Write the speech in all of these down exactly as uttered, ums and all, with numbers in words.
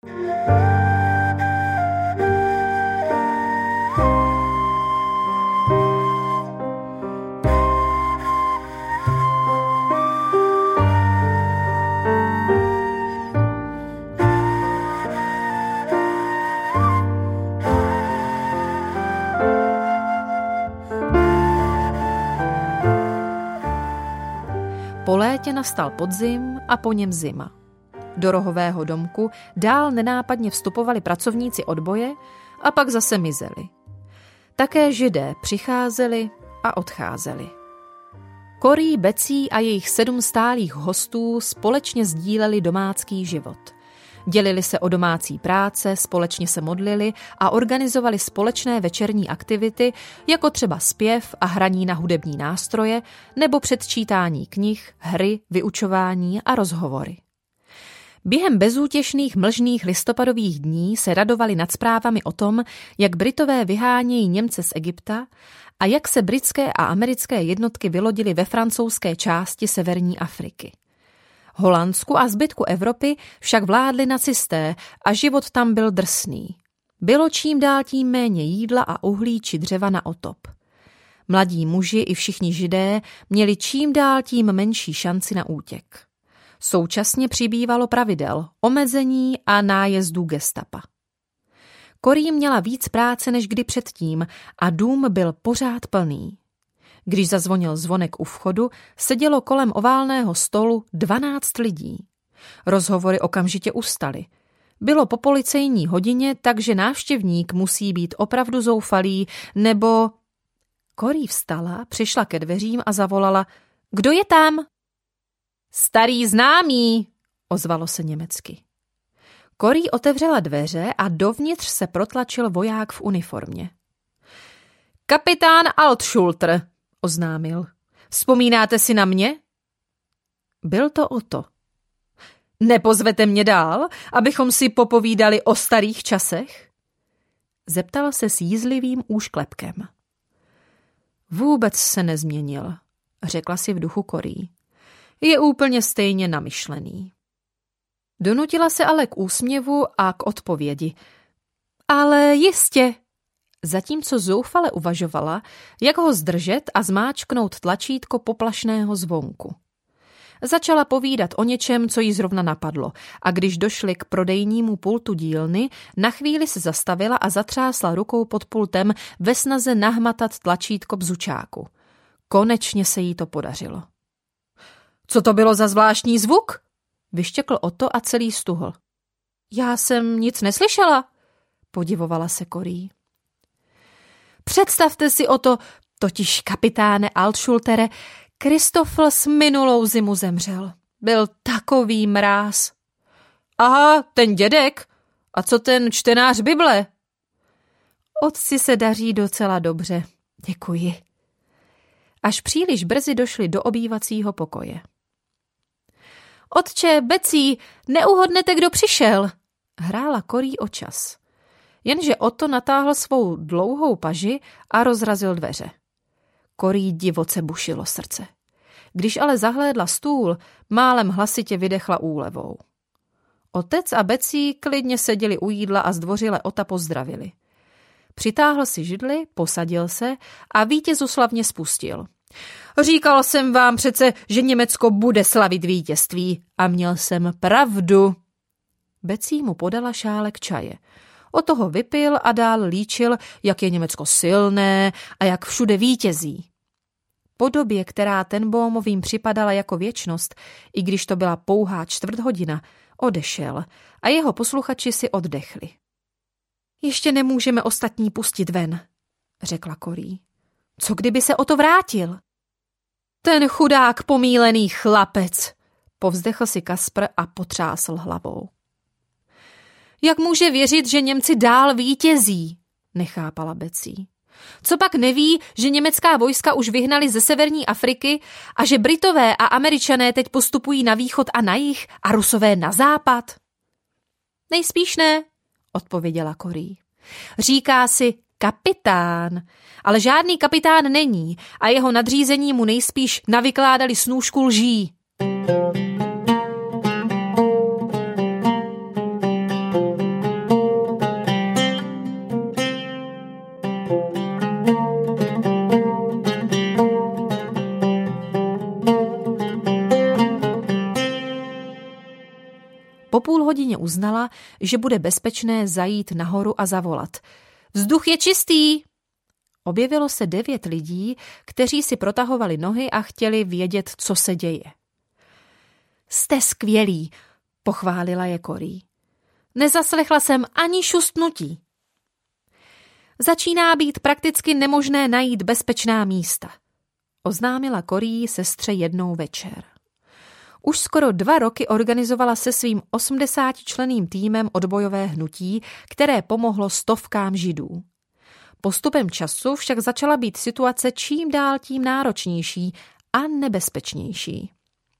Po létě nastal podzim a po něm zima. Do rohového domku dál nenápadně vstupovali pracovníci odboje a pak zase mizeli. Také Židé přicházeli a odcházeli. Corrie, Betsy a jejich sedm stálých hostů společně sdíleli domácký život. Dělili se o domácí práce, společně se modlili a organizovali společné večerní aktivity, jako třeba zpěv a hraní na hudební nástroje nebo předčítání knih, hry, vyučování a rozhovory. Během bezútěšných mlžných listopadových dní se radovali nad zprávami o tom, jak Britové vyhánějí Němce z Egypta a jak se britské a americké jednotky vylodily ve francouzské části severní Afriky. Holandsku a zbytku Evropy však vládli nacisté a život tam byl drsný. Bylo čím dál tím méně jídla a uhlí či dřeva na otop. Mladí muži i všichni Židé měli čím dál tím menší šanci na útěk. Současně přibývalo pravidel, omezení a nájezdů gestapa. Corrie měla víc práce než kdy předtím a dům byl pořád plný. Když zazvonil zvonek u vchodu, sedělo kolem oválného stolu dvanáct lidí. Rozhovory okamžitě ustaly. Bylo po policejní hodině, takže návštěvník musí být opravdu zoufalý, nebo... Corrie vstala, přišla ke dveřím a zavolala: Kdo je tam? Starý známý, ozvalo se německy. Corrie otevřela dveře a dovnitř se protlačil voják v uniformě. Kapitán Altschulter, oznámil. Vzpomínáte si na mě? Byl to Otto. Nepozvete mě dál, abychom si popovídali o starých časech? Zeptal se s jízlivým úšklepkem. Vůbec se nezměnil, řekla si v duchu Corrie. Je úplně stejně namyšlený. Donutila se ale k úsměvu a k odpovědi. Ale jistě. Zatímco zoufale uvažovala, jak ho zdržet a zmáčknout tlačítko poplašného zvonku. Začala povídat o něčem, co jí zrovna napadlo, a když došli k prodejnímu pultu dílny, na chvíli se zastavila a zatřásla rukou pod pultem ve snaze nahmatat tlačítko bzučáku. Konečně se jí to podařilo. Co to bylo za zvláštní zvuk? Vyštěkl Otto a celý stuhl. Já jsem nic neslyšela, podivovala se Corrie. Představte si, Otto, totiž kapitáne Altschultere, Kristofl s minulou zimu zemřel. Byl takový mráz. Aha, ten dědek. A co ten čtenář Bible? Otci se daří docela dobře. Děkuji. Až příliš brzy došli do obývacího pokoje. Otče, Betsy, neuhodnete, kdo přišel? Hrála Corrie o čas. Jenže Otto natáhl svou dlouhou paži a rozrazil dveře. Corrie divoce bušilo srdce. Když ale zahlédla stůl, málem hlasitě vydechla úlevou. Otec a Betsy klidně seděli u jídla a zdvořile Otta pozdravili. Přitáhl si židli, posadil se a vítězu slavně spustil. Říkal jsem vám přece, že Německo bude slavit vítězství a měl jsem pravdu. Betsy mu podala šálek čaje. O toho vypil a dál líčil, jak je Německo silné a jak všude vítězí. Po době, která Tenbohmovým připadala jako věčnost, i když to byla pouhá čtvrt hodina, odešel a jeho posluchači si oddechli. Ještě nemůžeme ostatní pustit ven, řekla Corrie. Co kdyby se o to vrátil? Ten chudák pomílený chlapec, povzdechl si Kaspr a potřásl hlavou. Jak může věřit, že Němci dál vítězí? Nechápala Betsy. Co pak neví, že německá vojska už vyhnali ze severní Afriky a že Britové a Američané teď postupují na východ a na jih a Rusové na západ? Nejspíš ne, odpověděla Corrie. Říká si kapitán, ale žádný kapitán není a jeho nadřízení mu nejspíš navykládali snůšku lží. uznala, že bude bezpečné zajít nahoru a zavolat. Vzduch je čistý! Objevilo se devět lidí, kteří si protahovali nohy a chtěli vědět, co se děje. Jste skvělí, pochválila je Corrie. Nezaslechla jsem ani šustnutí. Začíná být prakticky nemožné najít bezpečná místa, oznámila Corrie sestře jednou večer. Už skoro dva roky organizovala se svým osmdesátičlenným týmem odbojové hnutí, které pomohlo stovkám Židů. Postupem času však začala být situace čím dál tím náročnější a nebezpečnější.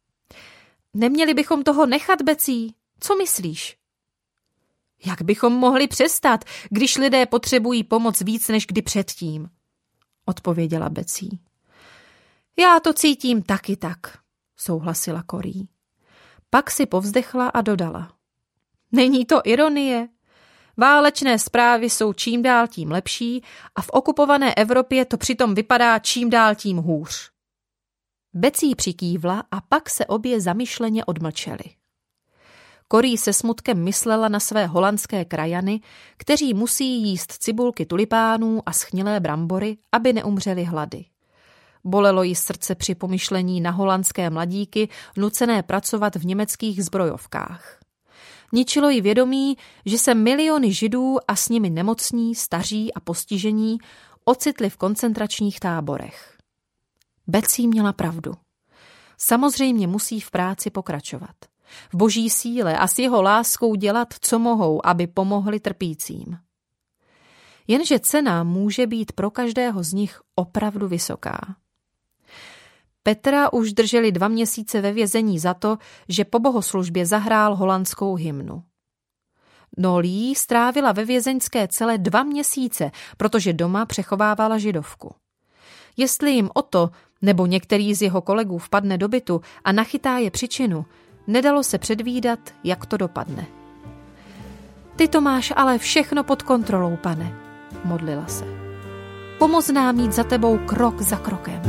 Neměli bychom toho nechat, Becí? Co myslíš? Jak bychom mohli přestat, když lidé potřebují pomoc víc než kdy předtím? Odpověděla Becí. Já to cítím taky tak, souhlasila Corrie. Pak si povzdechla a dodala. Není to ironie? Válečné zprávy jsou čím dál tím lepší a v okupované Evropě to přitom vypadá čím dál tím hůř. Becí přikývla a pak se obě zamyšleně odmlčely. Corrie se smutkem myslela na své holandské krajany, kteří musí jíst cibulky tulipánů a schnilé brambory, aby neumřeli hlady. Bolelo jí srdce při pomyšlení na holandské mladíky nucené pracovat v německých zbrojovkách. Ničilo jí vědomí, že se miliony Židů a s nimi nemocní, staří a postižení ocitli v koncentračních táborech. Becí měla pravdu. Samozřejmě musí v práci pokračovat. V boží síle a s jeho láskou dělat, co mohou, aby pomohli trpícím. Jenže cena může být pro každého z nich opravdu vysoká. Petra už drželi dva měsíce ve vězení za to, že po bohoslužbě zahrál holandskou hymnu. Nolí strávila ve vězeňské cele dva měsíce, protože doma přechovávala židovku. Jestli jim Otto nebo některý z jeho kolegů vpadne do bytu a nachytá je příčinu, nedalo se předvídat, jak to dopadne. Ty to máš ale všechno pod kontrolou, pane, modlila se. Pomoz nám jít za tebou krok za krokem.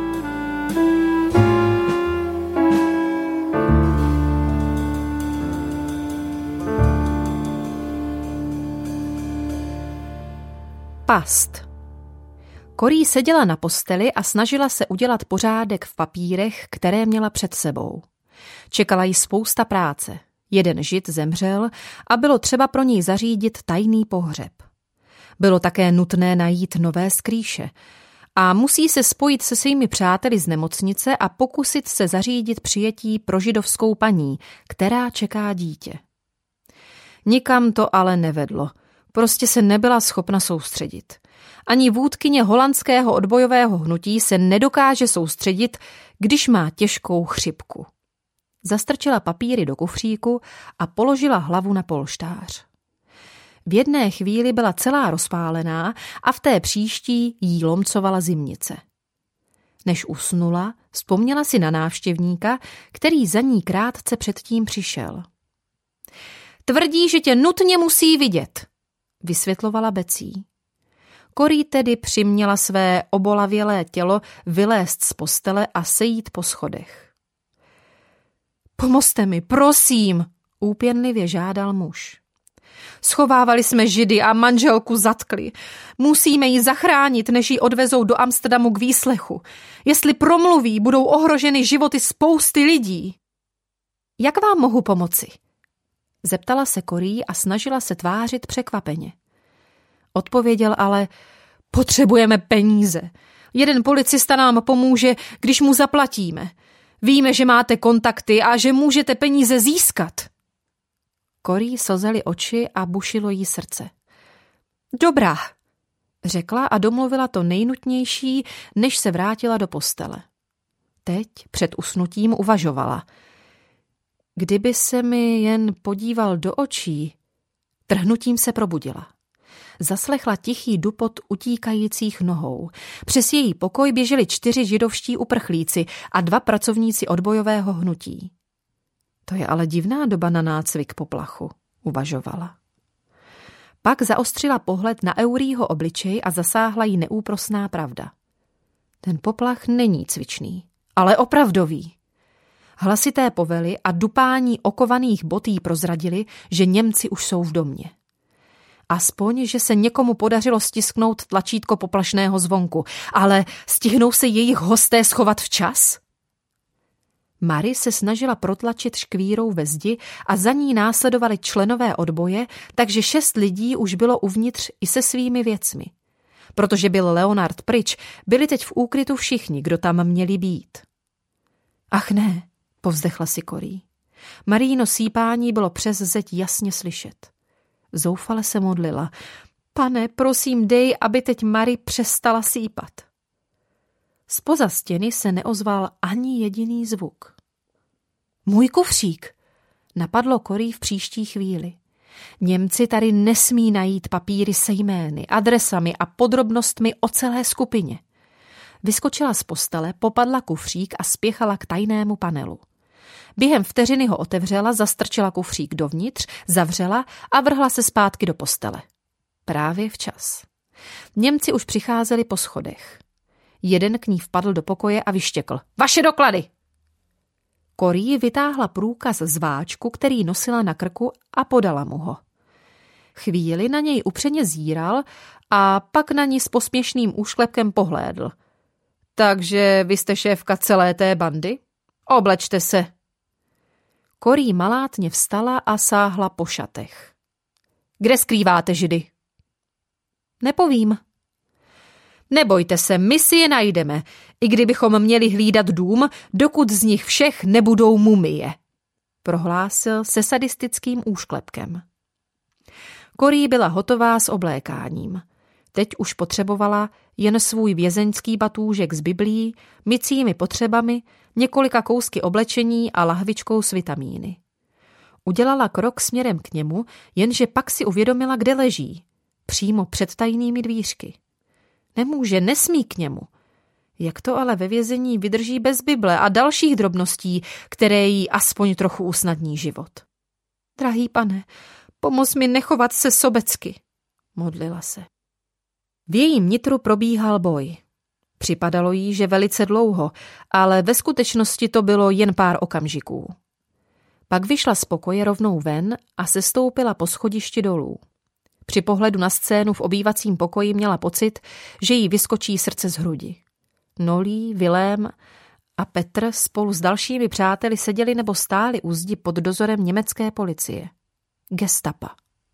Past. Corrie seděla na posteli a snažila se udělat pořádek v papírech, které měla před sebou. Čekala jí spousta práce. Jeden Žid zemřel a bylo třeba pro něj zařídit tajný pohřeb. Bylo také nutné najít nové skrýše a musí se spojit se svými přáteli z nemocnice a pokusit se zařídit přijetí pro židovskou paní, která čeká dítě. Nikam to ale nevedlo. Prostě se nebyla schopna soustředit. Ani vůdkyně holandského odbojového hnutí se nedokáže soustředit, když má těžkou chřipku. Zastrčila papíry do kufříku a položila hlavu na polštář. V jedné chvíli byla celá rozpálená a v té příští jí lomcovala zimnice. Než usnula, vzpomněla si na návštěvníka, který za ní krátce předtím přišel. Tvrdí, že tě nutně musí vidět, vysvětlovala Becí. Corrie tedy přiměla své obolavělé tělo vylézt z postele a sejít po schodech. Pomozte mi, prosím, úpěnlivě žádal muž. Schovávali jsme Židy a manželku zatkli. Musíme ji zachránit, než ji odvezou do Amsterdamu k výslechu. Jestli promluví, budou ohroženy životy spousty lidí. Jak vám mohu pomoci? Zeptala se Corrie a snažila se tvářit překvapeně. Odpověděl ale, potřebujeme peníze. Jeden policista nám pomůže, když mu zaplatíme. Víme, že máte kontakty a že můžete peníze získat. Corrie slzely oči a bušilo jí srdce. Dobrá, řekla a domluvila to nejnutnější, než se vrátila do postele. Teď před usnutím uvažovala. Kdyby se mi jen podíval do očí, trhnutím se probudila. Zaslechla tichý dupot utíkajících nohou. Přes její pokoj běželi čtyři židovští uprchlíci a dva pracovníci odbojového hnutí. To je ale divná doba na nácvik poplachu, uvažovala. Pak zaostřila pohled na Eurýho obličej a zasáhla jí neúprosná pravda. Ten poplach není cvičný, ale opravdový. Hlasité povely a dupání okovaných bot jí prozradili, že Němci už jsou v domě. Aspoň, že se někomu podařilo stisknout tlačítko poplašného zvonku, ale stihnou se jejich hosté schovat včas? Mary se snažila protlačit škvírou ve zdi a za ní následovali členové odboje, takže šest lidí už bylo uvnitř i se svými věcmi. Protože byl Leonard pryč, byli teď v úkrytu všichni, kdo tam měli být. Ach ne, povzdechla si Corrie. Maríino sípání bylo přes zeď jasně slyšet. Zoufale se modlila. Pane, prosím, dej, aby teď Mary přestala sípat. Zpoza stěny se neozval ani jediný zvuk. Můj kufřík, napadlo Corrie v příští chvíli. Němci tady nesmí najít papíry se jmény, adresami a podrobnostmi o celé skupině. Vyskočila z postele, popadla kufřík a spěchala k tajnému panelu. Během vteřiny ho otevřela, zastrčila kufřík dovnitř, zavřela a vrhla se zpátky do postele. Právě včas. Němci už přicházeli po schodech. Jeden k ní vpadl do pokoje a vyštěkl. Vaše doklady! Corrie vytáhla průkaz z váčku, který nosila na krku a podala mu ho. Chvíli na něj upřeně zíral a pak na ní s posměšným úšklepkem pohlédl. Takže vy jste šéfka celé té bandy? Oblečte se. Corrie malátně vstala a sáhla po šatech. Kde skrýváte Židy? Nepovím. Nebojte se, my si je najdeme, i kdybychom měli hlídat dům, dokud z nich všech nebudou mumie, prohlásil se sadistickým úšklepkem. Corrie byla hotová s oblékáním. Teď už potřebovala jen svůj vězeňský batůžek s biblí, mycími potřebami, několika kousky oblečení a lahvičkou s vitamíny. Udělala krok směrem k němu, jenže pak si uvědomila, kde leží. Přímo před tajnými dvířky. Nemůže, nesmí k němu. Jak to ale ve vězení vydrží bez Bible a dalších drobností, které jí aspoň trochu usnadní život? Drahý pane, pomoz mi nechovat se sobecky, modlila se. V jejím nitru probíhal boj. Připadalo jí, že velice dlouho, ale ve skutečnosti to bylo jen pár okamžiků. Pak vyšla z pokoje rovnou ven a sestoupila po schodišti dolů. Při pohledu na scénu v obývacím pokoji měla pocit, že jí vyskočí srdce z hrudi. Nolí, Vilém a Petr spolu s dalšími přáteli seděli nebo stáli u zdi pod dozorem německé policie. Gestapa.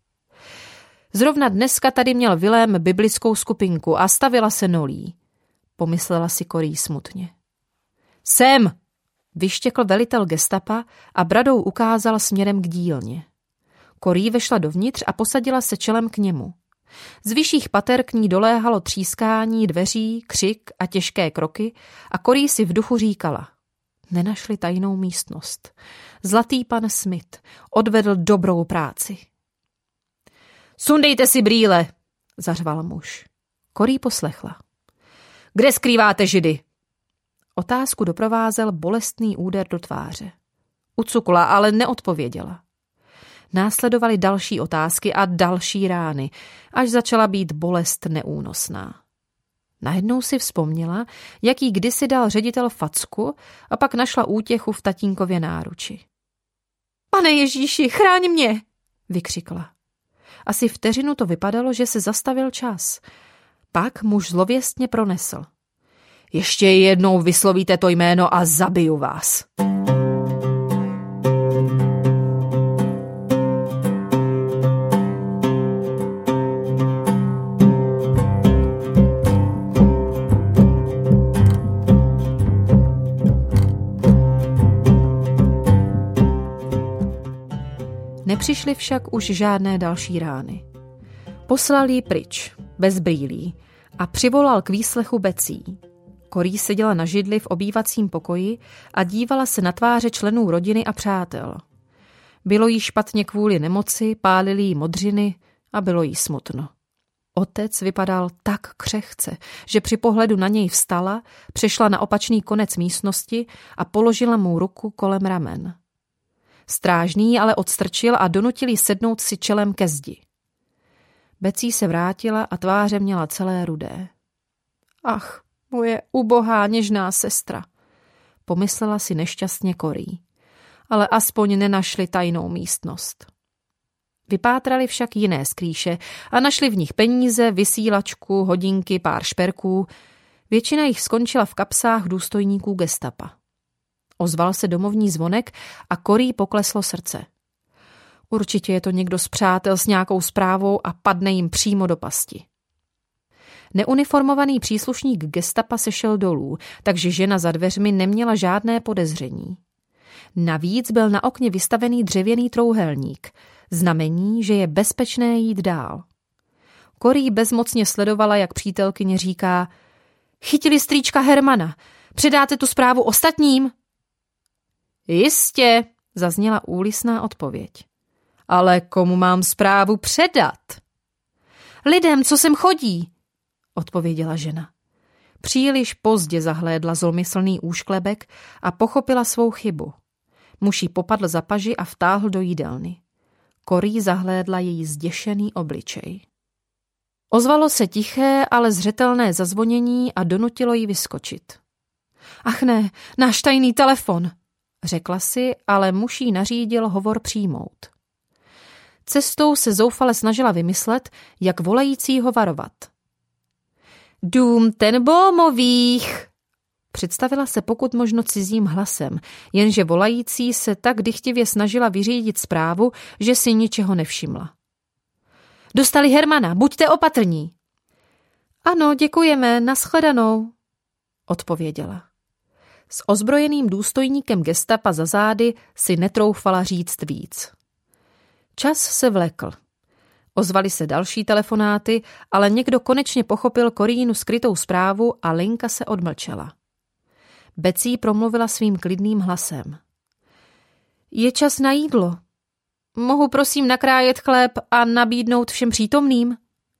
Zrovna dneska tady měl Vilém biblickou skupinku a stavila se Nolí. Pomyslela si Corrie smutně. Sem! Vyštěkl velitel gestapa a bradou ukázal směrem k dílně. Corrie vešla dovnitř a posadila se čelem k němu. Z vyšších pater k ní doléhalo třískání dveří, křik a těžké kroky a Corrie si v duchu říkala. Nenašli tajnou místnost. Zlatý pan Smith odvedl dobrou práci. Sundejte si brýle, zařval muž. Corrie poslechla. Kde skrýváte Židy? Otázku doprovázel bolestný úder do tváře. Ucukla, ale neodpověděla. Následovaly další otázky a další rány, až začala být bolest neúnosná. Najednou si vzpomněla, jak jí kdysi dal ředitel facku a pak našla útěchu v tatínkově náruči. Pane Ježíši, chráň mě, vykřikla. Asi vteřinu to vypadalo, že se zastavil čas. Pak muž zlověstně pronesl. Ještě jednou vyslovíte to jméno a zabiju vás. Nepřišly však už žádné další rány. Poslal ji pryč, bez brýlí, a přivolal k výslechu Becí. Corrie seděla na židli v obývacím pokoji a dívala se na tváře členů rodiny a přátel. Bylo jí špatně kvůli nemoci, pálily jí modřiny a bylo jí smutno. Otec vypadal tak křehce, že při pohledu na něj vstala, přešla na opačný konec místnosti a položila mu ruku kolem ramen. Strážný ale odstrčil a donutil jí sednout si čelem ke zdi. Becí se vrátila a tváře měla celé rudé. Ach, moje ubohá něžná sestra, pomyslela si nešťastně Corey. Ale aspoň nenašli tajnou místnost. Vypátrali však jiné skrýše a našli v nich peníze, vysílačku, hodinky, pár šperků. Většina jich skončila v kapsách důstojníků gestapa. Ozval se domovní zvonek a Corey pokleslo srdce. Určitě je to někdo z přátel s nějakou zprávou a padne jim přímo do pasti. Neuniformovaný příslušník gestapa sešel dolů, takže žena za dveřmi neměla žádné podezření. Navíc byl na okně vystavený dřevěný trouhelník, znamení, že je bezpečné jít dál. Corey bezmocně sledovala, jak přítelkyně říká: chytili strýčka Hermana, předáte tu zprávu ostatním? Jistě, zazněla úlisná odpověď. Ale komu mám zprávu předat? Lidem, co sem chodí, odpověděla žena. Příliš pozdě zahlédla zlomyslný úšklebek a pochopila svou chybu. Muž jí popadl za paži a vtáhl do jídelny. Corey zahlédla její zděšený obličej. Ozvalo se tiché, ale zřetelné zazvonění a donutilo jí vyskočit. Ach ne, náš tajný telefon, řekla si, ale muž jí nařídil hovor přijmout. Cestou se zoufale snažila vymyslet, jak volajícího varovat. Dům Tenbomových, představila se pokud možno cizím hlasem, jenže volající se tak dychtivě snažila vyřídit zprávu, že si ničeho nevšimla. Dostali Hermana, buďte opatrní. Ano, děkujeme, nashledanou, odpověděla. S ozbrojeným důstojníkem gestapa za zády si netroufala říct víc. Čas se vlekl. Ozvaly se další telefonáty, ale někdo konečně pochopil Coreyinu skrytou zprávu a linka se odmlčela. Betsy promluvila svým klidným hlasem. Je čas na jídlo. Mohu prosím nakrájet chléb a nabídnout všem přítomným?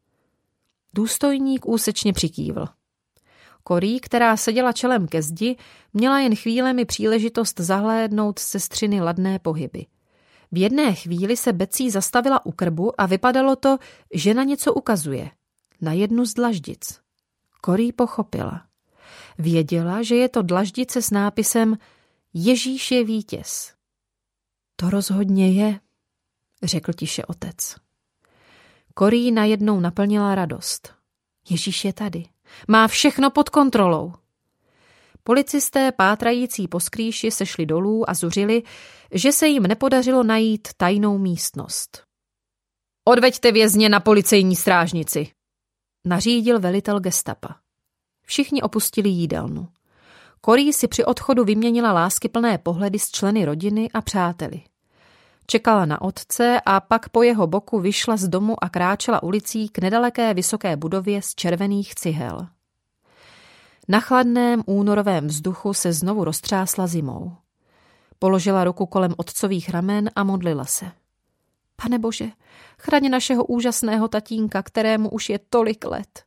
Důstojník úsečně přikývl. Corey, která seděla čelem ke zdi, měla jen chvílemi příležitost zahlédnout sestřiny ladné pohyby. V jedné chvíli se Betsy zastavila u krbu a vypadalo to, že na něco ukazuje. Na jednu z dlaždic. Corey pochopila. Věděla, že je to dlaždice s nápisem Ježíš je vítěz. To rozhodně je, řekl tiše otec. Corey najednou naplnila radost. Ježíš je tady. Má všechno pod kontrolou. Policisté pátrající po skrýši sešli dolů a zuřili, že se jim nepodařilo najít tajnou místnost. Odveďte vězně na policejní strážnici, nařídil velitel gestapa. Všichni opustili jídelnu. Corey si při odchodu vyměnila láskyplné pohledy s členy rodiny a přáteli. Čekala na otce a pak po jeho boku vyšla z domu a kráčela ulicí k nedaleké vysoké budově z červených cihel. Na chladném únorovém vzduchu se znovu roztřásla zimou. Položila ruku kolem otcových ramen a modlila se. Pane Bože, chraň našeho úžasného tatínka, kterému už je tolik let.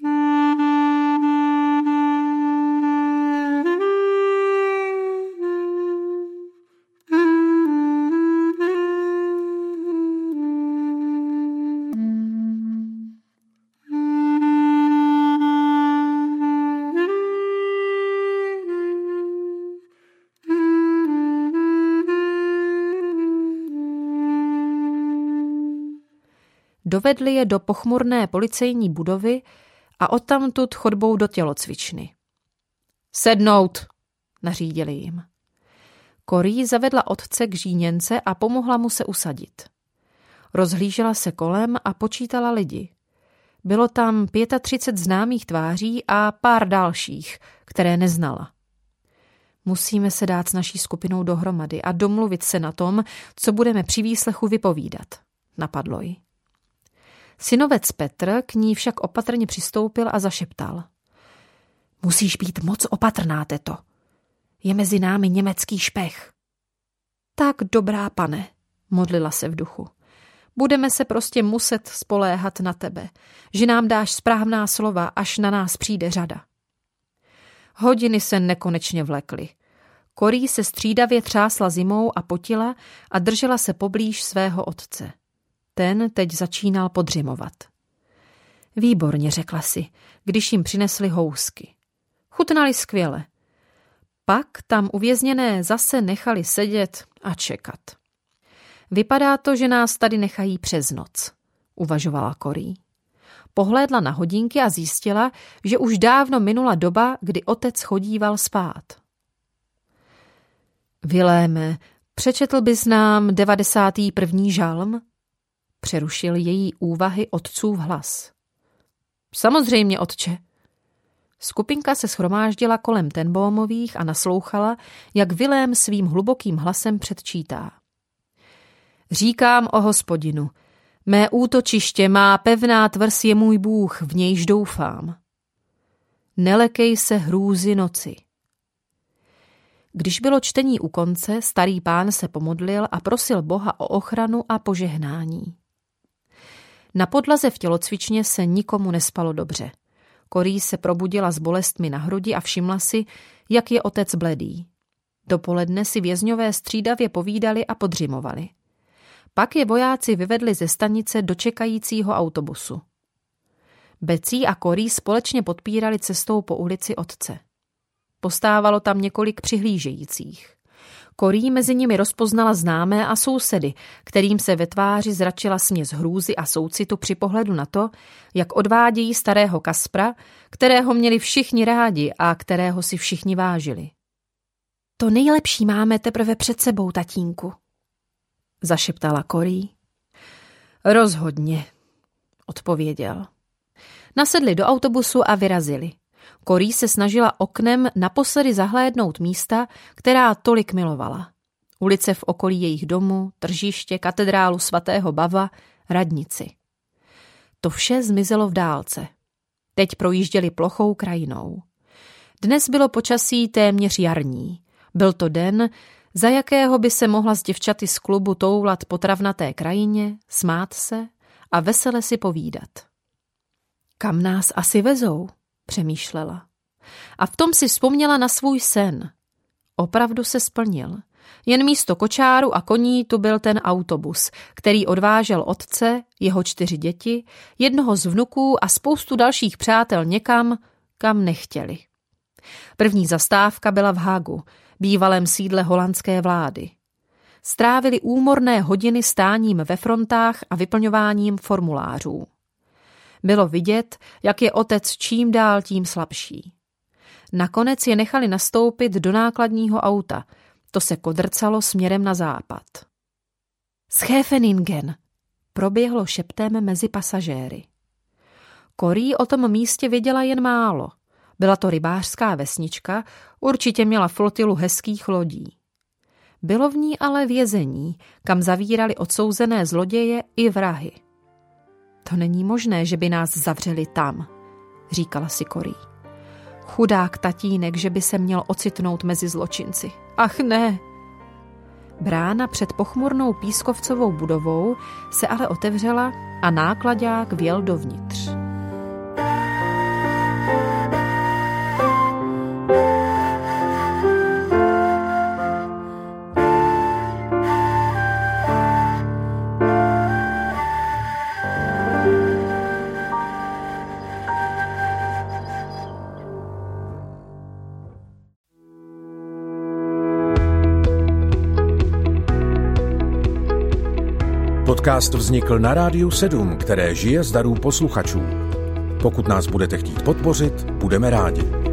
Dovedli je do pochmurné policejní budovy a odtamtud chodbou do tělocvičny. Sednout, nařídili jim. Corey zavedla otce k žíněnce a pomohla mu se usadit. Rozhlížela se kolem a počítala lidi. Bylo tam třicet pět známých tváří a pár dalších, které neznala. Musíme se dát s naší skupinou dohromady a domluvit se na tom, co budeme při výslechu vypovídat, napadlo jí. Synovec Petr k ní však opatrně přistoupil a zašeptal. Musíš být moc opatrná, teto. Je mezi námi německý špech. Tak dobrá, pane, modlila se v duchu. Budeme se prostě muset spoléhat na tebe, že nám dáš správná slova, až na nás přijde řada. Hodiny se nekonečně vlekly. Corey se střídavě třásla zimou a potila a držela se poblíž svého otce. Ten teď začínal podřimovat. Výborně, řekla si, když jim přinesli housky. Chutnali skvěle. Pak tam uvězněné zase nechali sedět a čekat. Vypadá to, že nás tady nechají přes noc, uvažovala Corrie. Pohlédla na hodinky a zjistila, že už dávno minula doba, kdy otec chodíval spát. Viléme, přečetl bys nám devadesátý první žalm? Přerušil její úvahy otcův hlas. Samozřejmě, otče. Skupinka se shromáždila kolem Tenbohmových a naslouchala, jak Vilém svým hlubokým hlasem předčítá. Říkám o Hospodinu, mé útočiště, má pevná tvrz je můj Bůh, v nějž doufám. Nelekej se hrůzy noci. Když bylo čtení u konce, starý pán se pomodlil a prosil Boha o ochranu a požehnání. Na podlaze v tělocvičně se nikomu nespalo dobře. Corrie se probudila s bolestmi na hrudi a všimla si, jak je otec bledý. Dopoledne si vězňové střídavě povídali a podřimovali. Pak je vojáci vyvedli ze stanice do čekajícího autobusu. Betsy a Corrie společně podpírali cestou po ulici otce. Postávalo tam několik přihlížejících. Corrie mezi nimi rozpoznala známé a sousedy, kterým se ve tváři zračila směs hrůzy a soucitu při pohledu na to, jak odvádějí starého Kaspra, kterého měli všichni rádi a kterého si všichni vážili. To nejlepší máme teprve před sebou, tatínku, zašeptala Corrie. Rozhodně, odpověděl. Nasedli do autobusu a vyrazili. Corrie se snažila oknem naposledy zahlédnout místa, která tolik milovala. Ulice v okolí jejich domu, tržiště, katedrálu svatého Bava, radnici. To vše zmizelo v dálce. Teď projížděli plochou krajinou. Dnes bylo počasí téměř jarní. Byl to den, za jakého by se mohla s děvčaty z klubu toulat po travnaté krajině, smát se a vesele si povídat. Kam nás asi vezou? Přemýšlela. A v tom si vzpomněla na svůj sen. Opravdu se splnil. Jen místo kočáru a koní tu byl ten autobus, který odvážel otce, jeho čtyři děti, jednoho z vnuků a spoustu dalších přátel někam, kam nechtěli. První zastávka byla v Hagu, bývalém sídle holandské vlády. Strávili úmorné hodiny stáním ve frontách a vyplňováním formulářů. Bylo vidět, jak je otec čím dál tím slabší. Nakonec je nechali nastoupit do nákladního auta. To se kodrcalo směrem na západ. Scheveningen, proběhlo šeptem mezi pasažéry. Corrie o tom místě věděla jen málo. Byla to rybářská vesnička, určitě měla flotilu hezkých lodí. Bylo v ní ale vězení, kam zavírali odsouzené zloděje i vrahy. To není možné, že by nás zavřeli tam, říkala si Corrie. Chudák tatínek, že by se měl ocitnout mezi zločinci. Ach ne! Brána před pochmurnou pískovcovou budovou se ale otevřela a náklaďák vjel dovnitř. Podcast vznikl na Rádiu sedm, které žije z darů posluchačů. Pokud nás budete chtít podpořit, budeme rádi.